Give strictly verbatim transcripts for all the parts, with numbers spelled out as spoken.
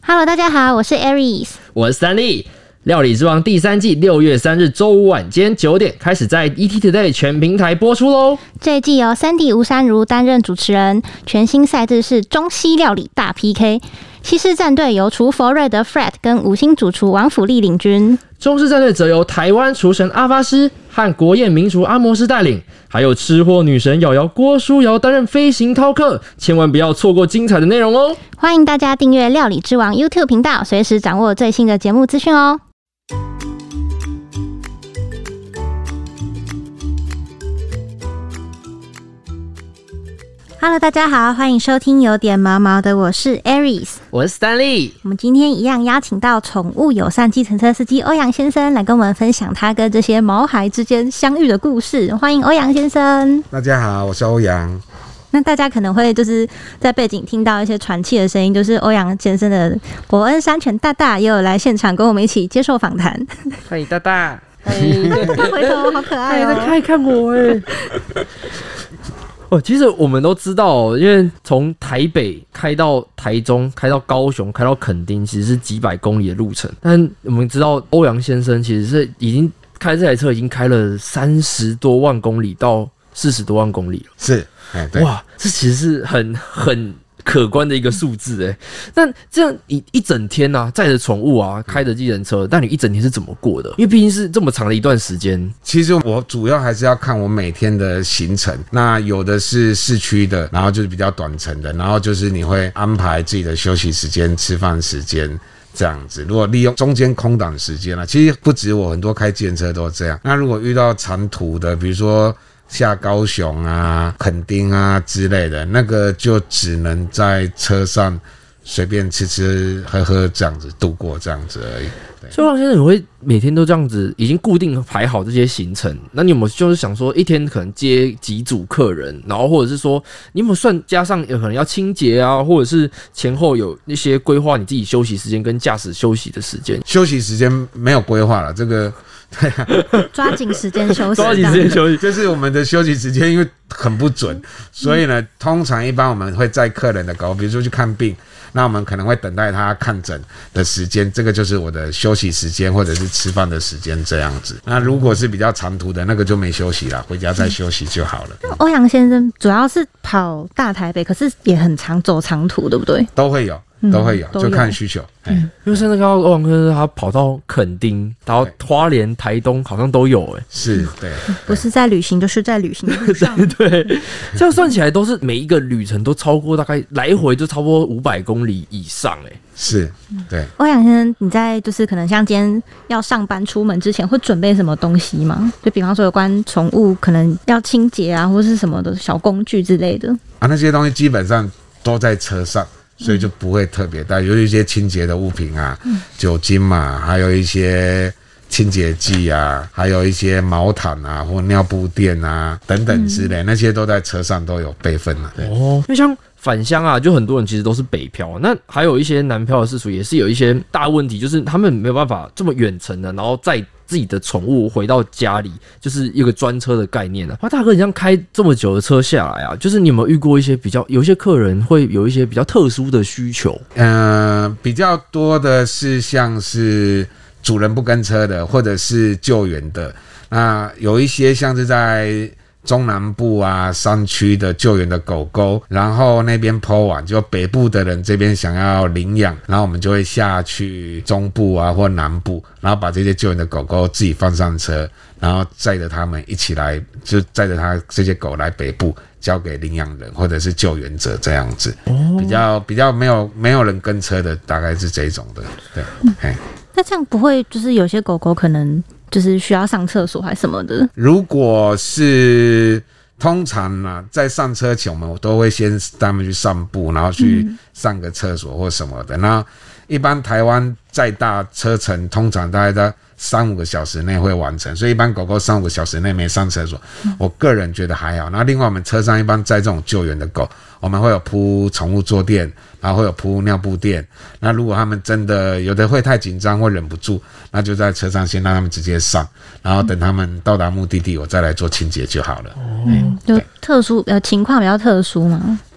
Hello， 大家好，我是 Aries， 我是三立。料理之王第三季六月三日周五晚间九点开始在 E T Today 全平台播出喽。 这一季由三弟吴珊如担任主持人，全新赛制是中西料理大 P K。西式战队由厨佛瑞德 Fred 跟五星主厨王府力领军， 中式战队则由台湾厨神阿发师和国宴名厨阿摩斯带领，还有吃货女神瑶瑶郭书瑶担任飞行饕客，千万不要错过精彩的内容哦！ 欢迎大家订阅料理之王 YouTube 频道，随时掌握最新的节目资讯哦。Hello， 大家好，欢迎收听有点毛毛的，我是 Aries， 我是 Stanley。 我们今天一样邀请到宠物友善计程车司机欧阳先生来跟我们分享他跟这些毛孩之间相遇的故事。欢迎欧阳先生。 大家好，我是欧阳。 那大家可能会就是在背景听到一些传奇的声音，就是欧阳先生的伯恩山犬大大也有来现场跟我们一起接受访谈。 嗨，大大， 他回头好可爱哦， 他在看我哎。哦，其实我们都知道、哦，因为从台北开到台中，开到高雄，开到垦丁，其实是几百公里的路程。但我们知道欧阳先生其实是已经开这台车已经开了三十多万公里到四十多万公里了。 是，哎，对， 哇，这其实是很很可观的一个数字哎。那这样你一整天啊，载着宠物啊，开着计程车，但你一整天是怎么过的？因为毕竟是这么长的一段时间。 其实我主要还是要看我每天的行程。那有的是市区的，然后就是比较短程的，然后就是你会安排自己的休息时间、吃饭时间。这样子，如果利用中间空档时间啊，其实不止我，很多开计程车都这样。那如果遇到长途的，比如说下高雄啊、垦丁啊之类的，那个就只能在车上随便吃吃喝喝这样子度过这样子而已。 所以王先生，你会每天都这样子已经固定排好这些行程？那你有没有就是想说一天可能接几组客人，然后或者是说你有没有算加上有可能要清洁啊，或者是前后有一些规划你自己休息时间跟驾驶休息的时间？ 休息时间没有规划了，这个。对啊， 抓紧时间休息， 抓紧时间休息， 就是我们的休息时间，因为很不准，所以呢，通常一般我们会载客人的狗，比如说去看病，那我们可能会等待他看诊的时间，这个就是我的休息时间或者是吃饭的时间这样子。那如果是比较长途的，那个就没休息了，回家再休息就好了。 欧阳先生主要是跑大台北，可是也很常走长途，对不对？ 都会有。都会有，就看需求。 嗯，因为现在看到欧阳先生他跑到垦丁，然后花莲、台东好像都有哎、欸。 是，对， 不是在旅行，就是在旅行路上。 对对，这样算起来都是每一个旅程都超过大概来回就超过五百公里以上哎、欸。 是，对。 欧阳先生，你在就是可能像今天要上班出门之前，会准备什么东西吗？就比方说有关宠物可能要清洁啊，或是什么的小工具之类的啊，那些东西基本上都在车上。所以就不会特别带，有一些清洁的物品啊，嗯、酒精嘛，还有一些清洁剂啊，还有一些毛毯啊或尿布垫啊等等之类，嗯、那些都在车上都有备份了。 哦，因为像返乡啊，就很多人其实都是北漂，那还有一些南漂的事主也是有一些大问题，就是他们没有办法这么远程的，然后再自己的宠物回到家里，就是一个专车的概念啊。哇，大哥，你这样开这么久的车下来啊，就是你有没有遇过一些比较，有一些客人会有一些比较特殊的需求？ 呃，比较多的是像是主人不跟车的，或者是救援的。那有一些像是在中南部啊山区的救援的狗狗，然后那边抛完，就北部的人这边想要领养，然后我们就会下去中部啊或南部，然后把这些救援的狗狗自己放上车，然后载着他们一起来，就载着他这些狗来北部交给领养人或者是救援者这样子。哦，比较比较没有没有人跟车的，大概是这种的。对，嗯， 那这样不会就是有些狗狗可能就是需要上厕所还是什么的？ 如果是通常呢、啊，在上车前我们都会先带他们去散步，然后去上个厕所或什么的。那、嗯、一般台湾再大车程，通常大概在三五个小时内会完成，所以一般狗狗三五个小时内没上厕所，嗯、我个人觉得还好。那另外我们车上一般载这种救援的狗，我们会有铺宠物坐垫，然后会有铺尿布垫。那如果他们真的有的会太紧张或忍不住，那就在车上先让他们直接上，然后等他们到达目的地，我再来做清洁就好了。 嗯，就特殊呃情况比较特殊嘛。 对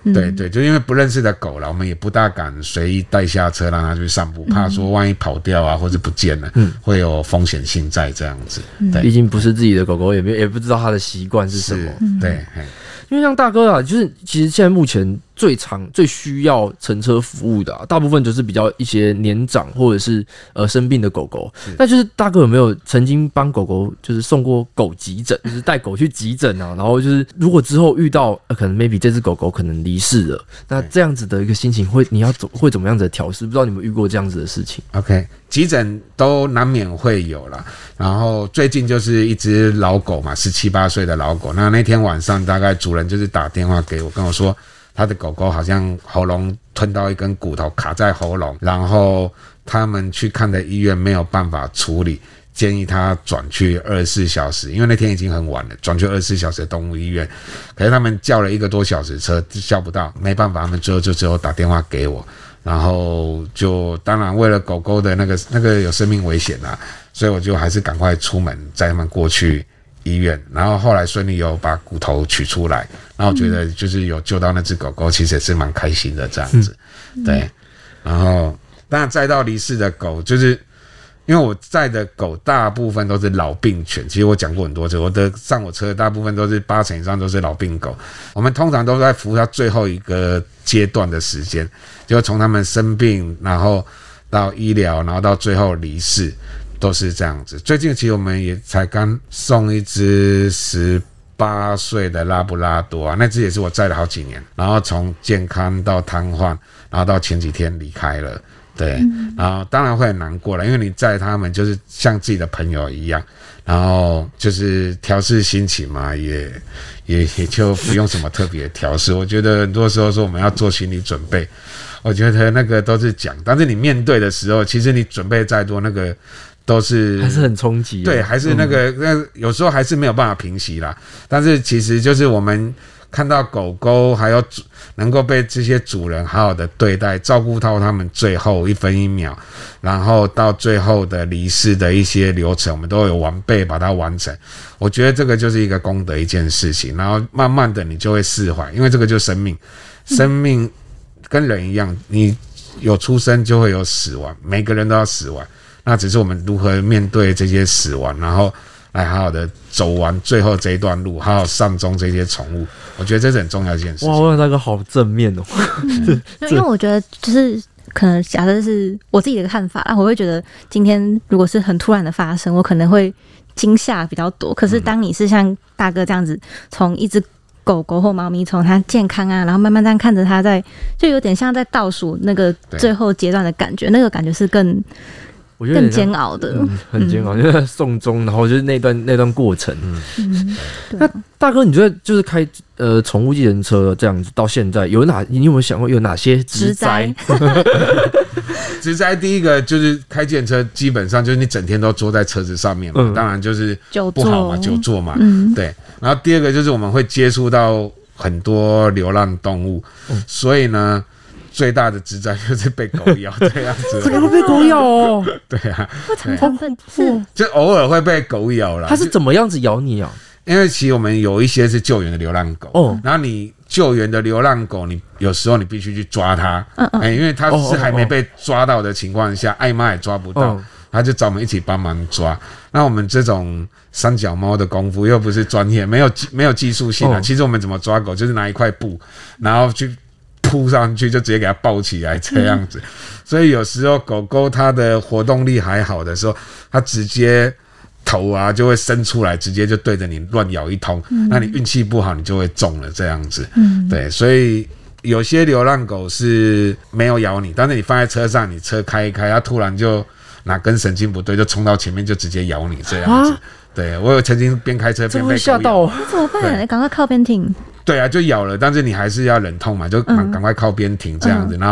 嗯、 对对，就因为不认识的狗了，我们也不大敢随意带下车让它去散步，怕说万一跑掉啊或者不见了，嗯，会有风险性在这样子。对， 毕竟不是自己的狗狗，也没也不知道它的习惯是什么。 对， 因为像大哥啊，就是其实现在目前最常最需要乘车服务的、啊，大部分就是比较一些年长或者是呃生病的狗狗。那就是大哥有没有曾经帮狗狗就是送过狗急诊，就是带狗去急诊啊？然后就是如果之后遇到、呃、可能 maybe 这只狗狗可能离世了，那这样子的一个心情会你要怎会怎么样子的调试？不知道你们遇过这样子的事情 ？OK， 急诊都难免会有啦。然后最近就是一只老狗嘛，十七八岁的老狗。那那天晚上大概主人就是打电话给我，跟我说他的狗狗好像喉咙吞到一根骨头卡在喉咙，然后他们去看的医院没有办法处理，建议他转去二十四小时，因为那天已经很晚了，转去二十四小时的动物医院。可是他们叫了一个多小时车叫不到，没办法，他们最后就只有打电话给我，然后就当然为了狗狗的那个那个有生命危险啊，所以我就还是赶快出门载他们过去医院，然后后来顺利有把骨头取出来，然后我觉得就是有救到那只狗狗，其实也是蛮开心的这样子。对，然后当然载到离世的狗，就是因为我载的狗大部分都是老病犬，其实我讲过很多次，我的上我车大部分都是八成以上都是老病狗，我们通常都在服务到最后一个阶段的时间，就从他们生病，然后到医疗，然后到最后离世。都是这样子。最近其实我们也才刚送一只十八岁的拉布拉多啊，那只也是我载了好几年，然后从健康到瘫痪，然后到前几天离开了。对，然后当然会很难过了，因为你载他们就是像自己的朋友一样，然后就是调试心情嘛，也也也就不用什么特别的调试。我觉得很多时候说我们要做心理准备，我觉得那个都是讲，但是你面对的时候，其实你准备再多，那个都是还是很冲击， 对，还是那个、嗯、那有时候还是没有办法平息啦。但是其实就是我们看到狗狗还有能够被这些主人好好的对待，照顾到他们最后一分一秒，然后到最后的离世的一些流程，我们都有完备把它完成。我觉得这个就是一个功德一件事情，然后慢慢的你就会释怀，因为这个就是生命，生命跟人一样，你有出生就会有死亡，每个人都要死亡。那只是我们如何面对这些死亡，然后来好好的走完最后这一段路，好好善终这些宠物，我觉得这是很重要的一件事情。 哇，我那个好正面哦、 嗯、因为我觉得就是可能假设是我自己的看法啦，我会觉得今天如果是很突然的发生，我可能会惊吓比较多。可是当你是像大哥这样子，从一只狗狗或猫咪从它健康啊，然后慢慢这样看着它在，就有点像在倒数那个最后阶段的感觉，那个感觉是更。 我觉得更煎熬的、 嗯，很煎熬，就是送终，然后就是那段那段过程。嗯，那大哥，你觉得就是开呃宠物计程车这样子到现在，有哪你有没有想过有哪些职灾？ 职灾第一个就是开计程车，基本上就是你整天都坐在车子上面嘛，嗯、当然就是不好嘛，久坐嘛，嗯，对。然后第二个就是我们会接触到很多流浪动物，嗯、所以呢。最大的职灾就是被狗咬这样子， 这个会被狗咬哦。 对啊， 我常常是就偶尔会被狗咬啦。 它是怎么样子咬你啊？ 因为其实我们有一些是救援的流浪狗，哦，然后你救援的流浪狗，你有时候你必须去抓它，嗯嗯、欸，因为它是还没被抓到的情况下，爱妈也抓不到，他就找我们一起帮忙抓。那我们这种三脚猫的功夫又不是专业，没有没有技术性啊。哦、其实我们怎么抓狗，就是拿一块布，然后去。扑上去就直接给它抱起来这样子，所以有时候狗狗它的活动力还好的时候，它直接头啊就会伸出来，直接就对着你乱咬一通，嗯、那你运气不好你就会中了这样子。嗯、对，所以有些流浪狗是没有咬你，但是你放在车上，你车开一开，它突然就哪根神经不对，就冲到前面就直接咬你这样子。啊、对，我有曾经边开车边被狗咬， 吓到， 那怎么办？赶快靠边停。 对啊，就咬了，但是你还是要忍痛嘛，就赶快靠边停这样子，嗯、然后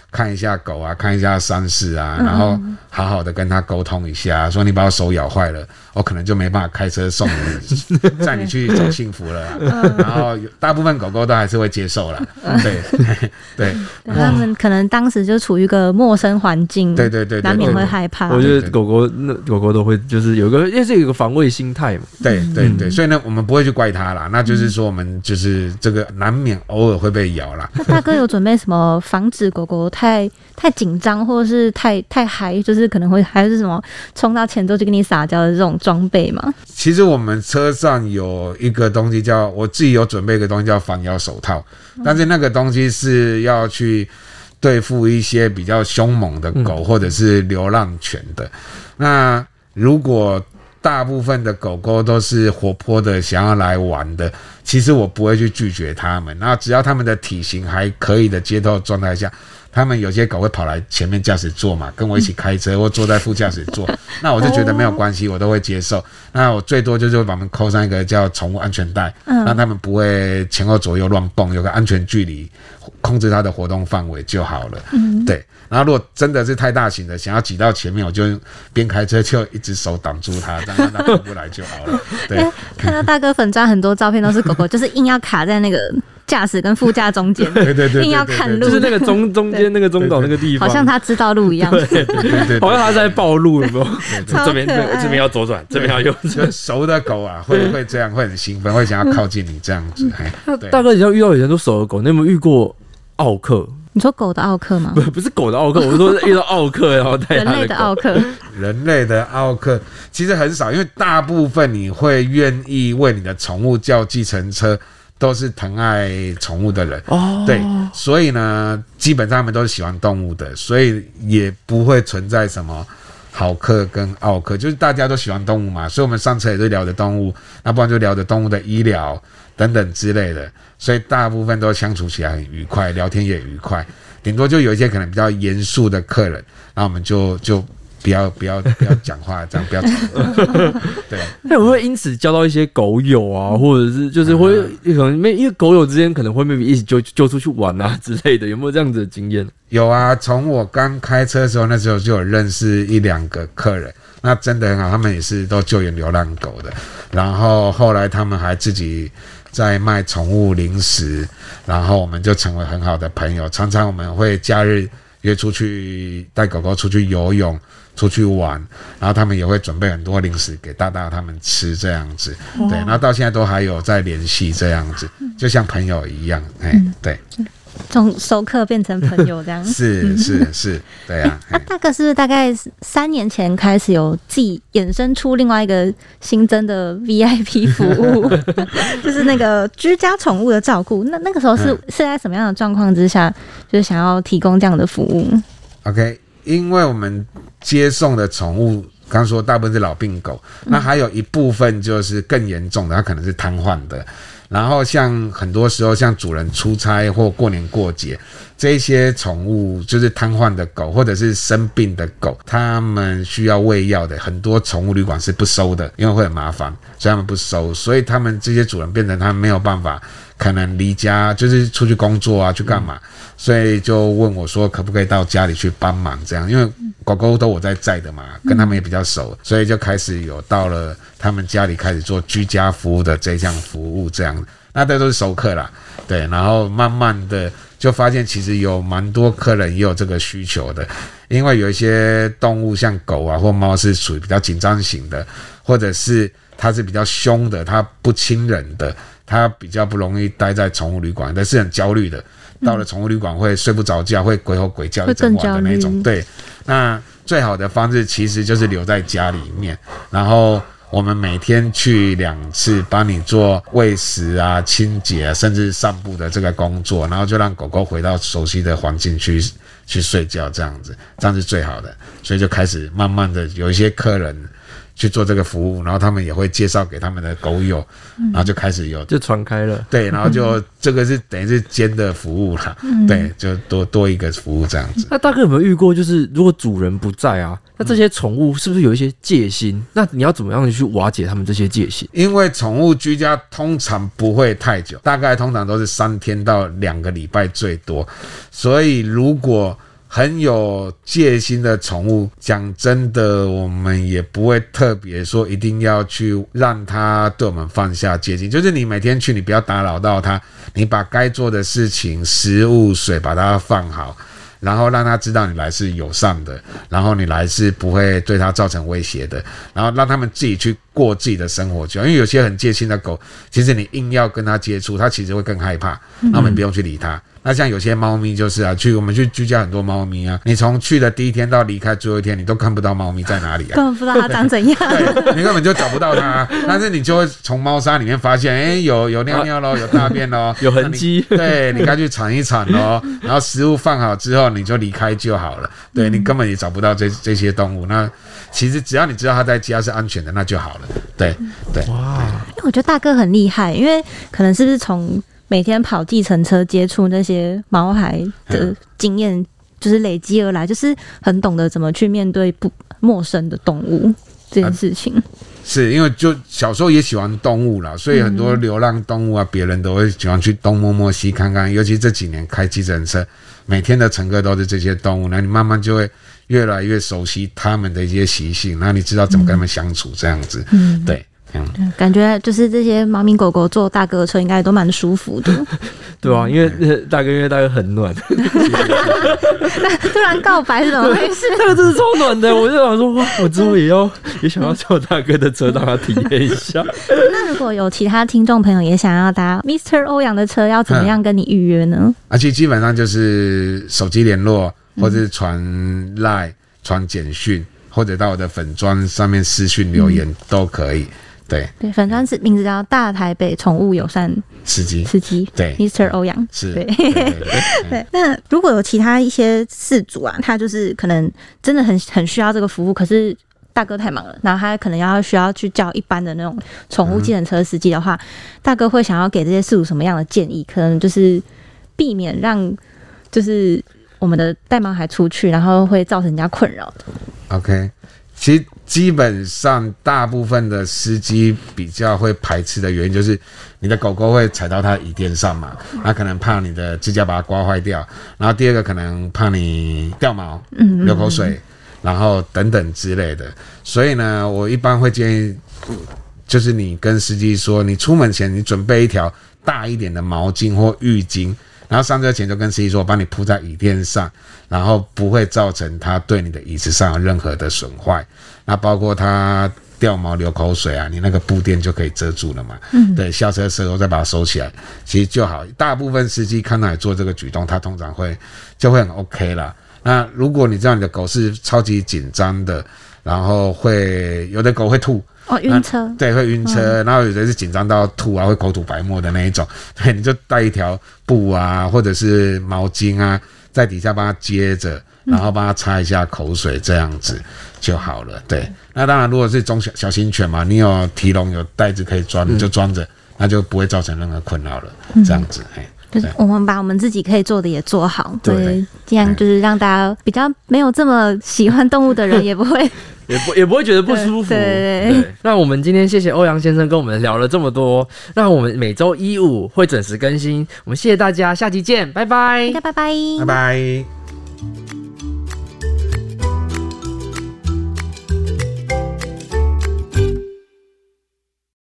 看一下狗啊，看一下伤势啊，然后好好的跟他沟通一下，说你把我手咬坏了，我可能就没办法开车送你，载你去走幸福了啦。然后大部分狗狗都还是会接受啦，对对。 他们可能当时就处于一个陌生环境， 对对对， 难免会害怕。 我觉得狗狗那狗狗都会就是有个，因为是有一个防卫心态嘛。 对对对，所以呢，我们不会去怪它啦，那就是说我们就是这个难免偶尔会被咬啦。 那大哥有准备什么防止狗狗太太紧张，或者是太太嗨，就是可能会还是什么冲到前头就跟你撒娇的这种装备吗？ 其实我们车上有一个东西叫，我自己有准备一个东西叫防咬手套，但是那个东西是要去对付一些比较凶猛的狗或者是流浪犬的。那如果大部分的狗狗都是活泼的，想要来玩的，其实我不会去拒绝它们。那只要它们的体型还可以的接头状态下，他们有些狗会跑来前面驾驶座嘛，跟我一起开车，或坐在副驾驶座，那我就觉得没有关系，我都会接受。那我最多就是会把他们扣上一个叫宠物安全带，让他们不会前后左右乱蹦，有个安全距离，控制它的活动范围就好了。嗯，对。然后如果真的是太大型的，想要挤到前面，我就边开车就一只手挡住它，让它出不来就好了。对， 欸、看到大哥粉专很多照片都是狗狗，就是硬要卡在那个驾驶跟副驾中间， 对对对， 硬要看路， 就是那个中中间那个中岛那个地方， 好像他知道路一样， 对对对，好像他在报路，有没有？这边这边要左转，这边要右转。 熟的狗啊，会会这样，会很兴奋，会想要靠近你这样子。 大哥，你要遇到以前都熟的狗，你有没有遇过奥克？ 你说狗的奥克吗？ 不，不是狗的奥克，我说遇到奥克，然后带人类的奥克。 人类的奥克其实很少，因为大部分你会愿意为你的宠物叫计程车，都是疼爱宠物的人。哦，对，所以呢，基本上他们都是喜欢动物的，所以也不会存在什么好客跟奥客，就是大家都喜欢动物嘛，所以我们上车也是聊的动物，那不然就聊的动物的医疗等等之类的，所以大部分都相处起来很愉快，聊天也愉快，顶多就有一些可能比较严肃的客人，然后我们就就不要不要不要讲话，这样不要吵。对， 那我会因此交到一些狗友啊，或者是就是会可能因为狗友之间可能会 maybe 一起就就出去玩啊之类的，有没有这样子的经验？ 有啊，从我刚开车的时候，那时候就有认识一两个客人，那真的很好，他们也是都救援流浪狗的，然后后来他们还自己在卖宠物零食，然后我们就成为很好的朋友，常常我们会假日约出去带狗狗出去游泳。出去玩，然后他们也会准备很多零食给大大他们吃，这样子，对，然后到现在都还有在联系，这样子，就像朋友一样，哎、嗯，对， 从熟客变成朋友这样， 是是是，对啊。 那大哥是不是大概三年前开始有自己衍生出另外一个新增的 V I P 服务，就是那个居家宠物的照顾？那那个时候是、嗯、是在什么样的状况之下，就是想要提供这样的服务 ？OK。因为我们接送的宠物，刚刚说大部分是老病狗，那还有一部分就是更严重的，它可能是瘫痪的。然后像很多时候，像主人出差或过年过节，这些宠物就是瘫痪的狗，或者是生病的狗，他们需要喂药的，很多宠物旅馆是不收的，因为会很麻烦，所以他们不收。所以他们这些主人变成他们没有办法，可能离家就是出去工作啊，去干嘛？嗯，所以就问我说，可不可以到家里去帮忙？这样，因为狗狗都我在载的嘛，跟他们也比较熟，所以就开始有到了他们家里开始做居家服务的这项服务，这样。那这都是熟客啦，对，然后慢慢的就发现其实有蛮多客人也有这个需求的，因为有一些动物像狗啊或猫是属于比较紧张型的，或者是它是比较凶的，它不亲人的，它比较不容易待在宠物旅馆，但是很焦虑的，到了宠物旅馆会睡不着觉，会鬼吼鬼叫一整晚的那种。对，那最好的方式其实就是留在家里面，然后我们每天去两次，帮你做喂食啊、清洁啊，甚至散步的这个工作，然后就让狗狗回到熟悉的环境去去睡觉，这样子，这样是最好的。所以就开始慢慢的有一些客人去做这个服务，然后他们也会介绍给他们的狗友，然后就开始有就传开了， 对，然后就这个是等于是兼的服务啦，对，就多多一个服务这样子。 那大哥有没有遇过，就是如果主人不在啊，那这些宠物是不是有一些戒心？那你要怎么样去瓦解他们这些戒心？ 因为宠物居家通常不会太久，大概通常都是三天到两个礼拜最多，所以如果很有戒心的宠物，讲真的，我们也不会特别说一定要去让它对我们放下戒心。就是你每天去，你不要打扰到它，你把该做的事情、食物、水把它放好，然后让它知道你来是友善的，然后你来是不会对它造成威胁的，然后让他们自己去过自己的生活就好。因为有些很戒心的狗，其实你硬要跟它接触，它其实会更害怕，那我们不用去理它。那像有些猫咪就是啊，去我们去居家很多猫咪啊，你从去的第一天到离开最后一天，你都看不到猫咪在哪里啊， 根本不知道它长怎样， 对，你根本就找不到它，但是你就会从猫砂里面发现，哎、欸，有有尿尿咯，有大便咯， 有痕迹， 对，你该去铲一铲咯，然后食物放好之后，你就离开就好了，对，你根本也找不到这这些动物。那其实只要你知道它在家是安全的，那就好了，对对。 哇， 因为我觉得大哥很厉害，因为可能是不是从每天跑计程车接触那些毛孩的经验，就是累积而来，就是很懂得怎么去面对不陌生的动物这件事情。啊、 是因为就小时候也喜欢动物啦，所以很多流浪动物啊，别、嗯、人都会喜欢去东摸摸西看看。尤其这几年开计程车，每天的乘客都是这些动物，那你慢慢就会越来越熟悉他们的一些习性，那你知道怎么跟他们相处，这样子，嗯，对。 嗯、感觉就是这些猫咪狗狗坐大哥的车应该都蛮舒服的。 对啊，因为大哥因为大哥很暖。 突然告白是怎么回事？ 大哥真是超暖的，我就想说哇，我之后也要也想要坐大哥的车，让他体验一下。 那如果有其他听众朋友也想要搭 Mister 欧阳的车，要怎么样跟你预约呢？ 而且、啊、基本上就是手机联络，或者是传 Line、传简讯，或者到我的粉专上面私讯留言、嗯、都可以。对对，粉专是名字叫大台北宠物友善司机， 司机对 ，Mister 欧阳是， 对对 对, 对。那如果有其他一些饲主啊，他就是可能真的很很需要这个服务，可是大哥太忙了，然后他可能要需要去叫一般的那种宠物计程车司机的话，嗯、大哥会想要给这些饲主什么样的建议？可能就是避免让就是我们的带毛孩出去，然后会造成人家困扰的。 OK。其实基本上大部分的司机比较会排斥的原因就是你的狗狗会踩到它的椅垫上嘛，那可能怕你的指甲把它刮坏掉，然后第二个可能怕你掉毛、流口水，然后等等之类的。所以呢，我一般会建议，就是你跟司机说，你出门前你准备一条大一点的毛巾或浴巾。然后上车前就跟司机说，我帮你铺在椅垫上，然后不会造成他对你的椅子上有任何的损坏。那包括他掉毛流口水啊，你那个布垫就可以遮住了嘛。嗯，对，下车的时候再把它收起来，其实就好。大部分司机看到你做这个举动，他通常会就会很 OK 啦。那如果你知道你的狗是超级紧张的，然后会有的狗会吐。 哦，晕车， 对，会晕车，嗯、然后有的是紧张到吐啊，会口吐白沫的那一种，对，你就带一条布啊，或者是毛巾啊，在底下帮它接着，然后帮它擦一下口水，这样子就好了。对，那当然，如果是中小小型犬嘛，你有提笼有袋子可以装，你就装着，那就不会造成任何困扰了。嗯、这样子，哎。 就是我们把我们自己可以做的也做好，对，这样就是让大家比较没有这么喜欢动物的人也不会也不也不会觉得不舒服。对, 对, 对, 对，那我们今天谢谢欧阳先生跟我们聊了这么多，那我们每周一五会准时更新，我们谢谢大家，下期见，拜拜， 大家拜拜， 拜拜。